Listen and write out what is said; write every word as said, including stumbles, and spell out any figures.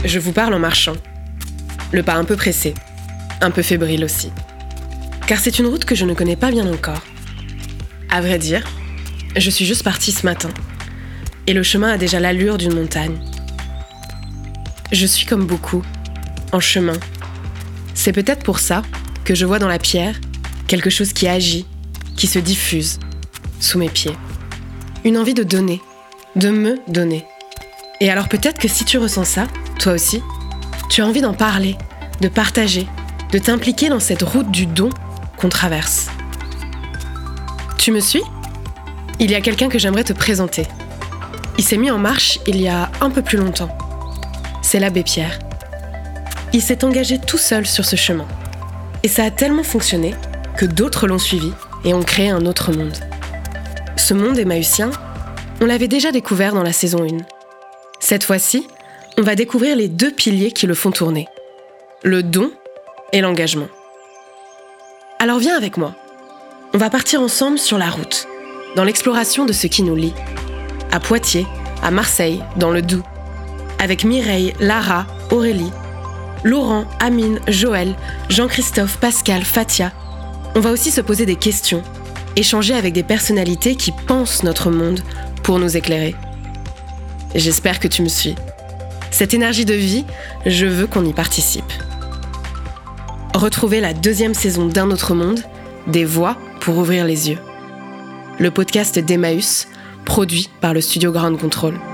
Je vous parle en marchant. Le pas un peu pressé, un peu fébrile aussi. Car c'est une route que je ne connais pas bien encore. À vrai dire, je suis juste partie ce matin. Et le chemin a déjà l'allure d'une montagne. Je suis comme beaucoup, en chemin. C'est peut-être pour ça que je vois dans la pierre quelque chose qui agit, qui se diffuse, sous mes pieds. Une envie de donner, de me donner. Et alors peut-être que si tu ressens ça, toi aussi, tu as envie d'en parler, de partager, de t'impliquer dans cette route du don qu'on traverse. Tu me suis ? Il y a quelqu'un que j'aimerais te présenter. Il s'est mis en marche il y a un peu plus longtemps. C'est l'abbé Pierre. Il s'est engagé tout seul sur ce chemin. Et ça a tellement fonctionné que d'autres l'ont suivi et ont créé un autre monde. Ce monde emmaüsien, on l'avait déjà découvert dans la saison un. Cette fois-ci, on va découvrir les deux piliers qui le font tourner. Le don et l'engagement. Alors viens avec moi. On va partir ensemble sur la route, dans l'exploration de ce qui nous lie. À Poitiers, à Marseille, dans le Doubs. Avec Mireille, Lara, Aurélie, Laurent, Amine, Joël, Jean-Christophe, Pascal, Fatia. On va aussi se poser des questions, échanger avec des personnalités qui pensent notre monde pour nous éclairer. J'espère que tu me suis. Cette énergie de vie, je veux qu'on y participe. Retrouvez la deuxième saison d'Un autre monde, des voix pour ouvrir les yeux. Le podcast d'Emmaüs, produit par le studio Ground Control.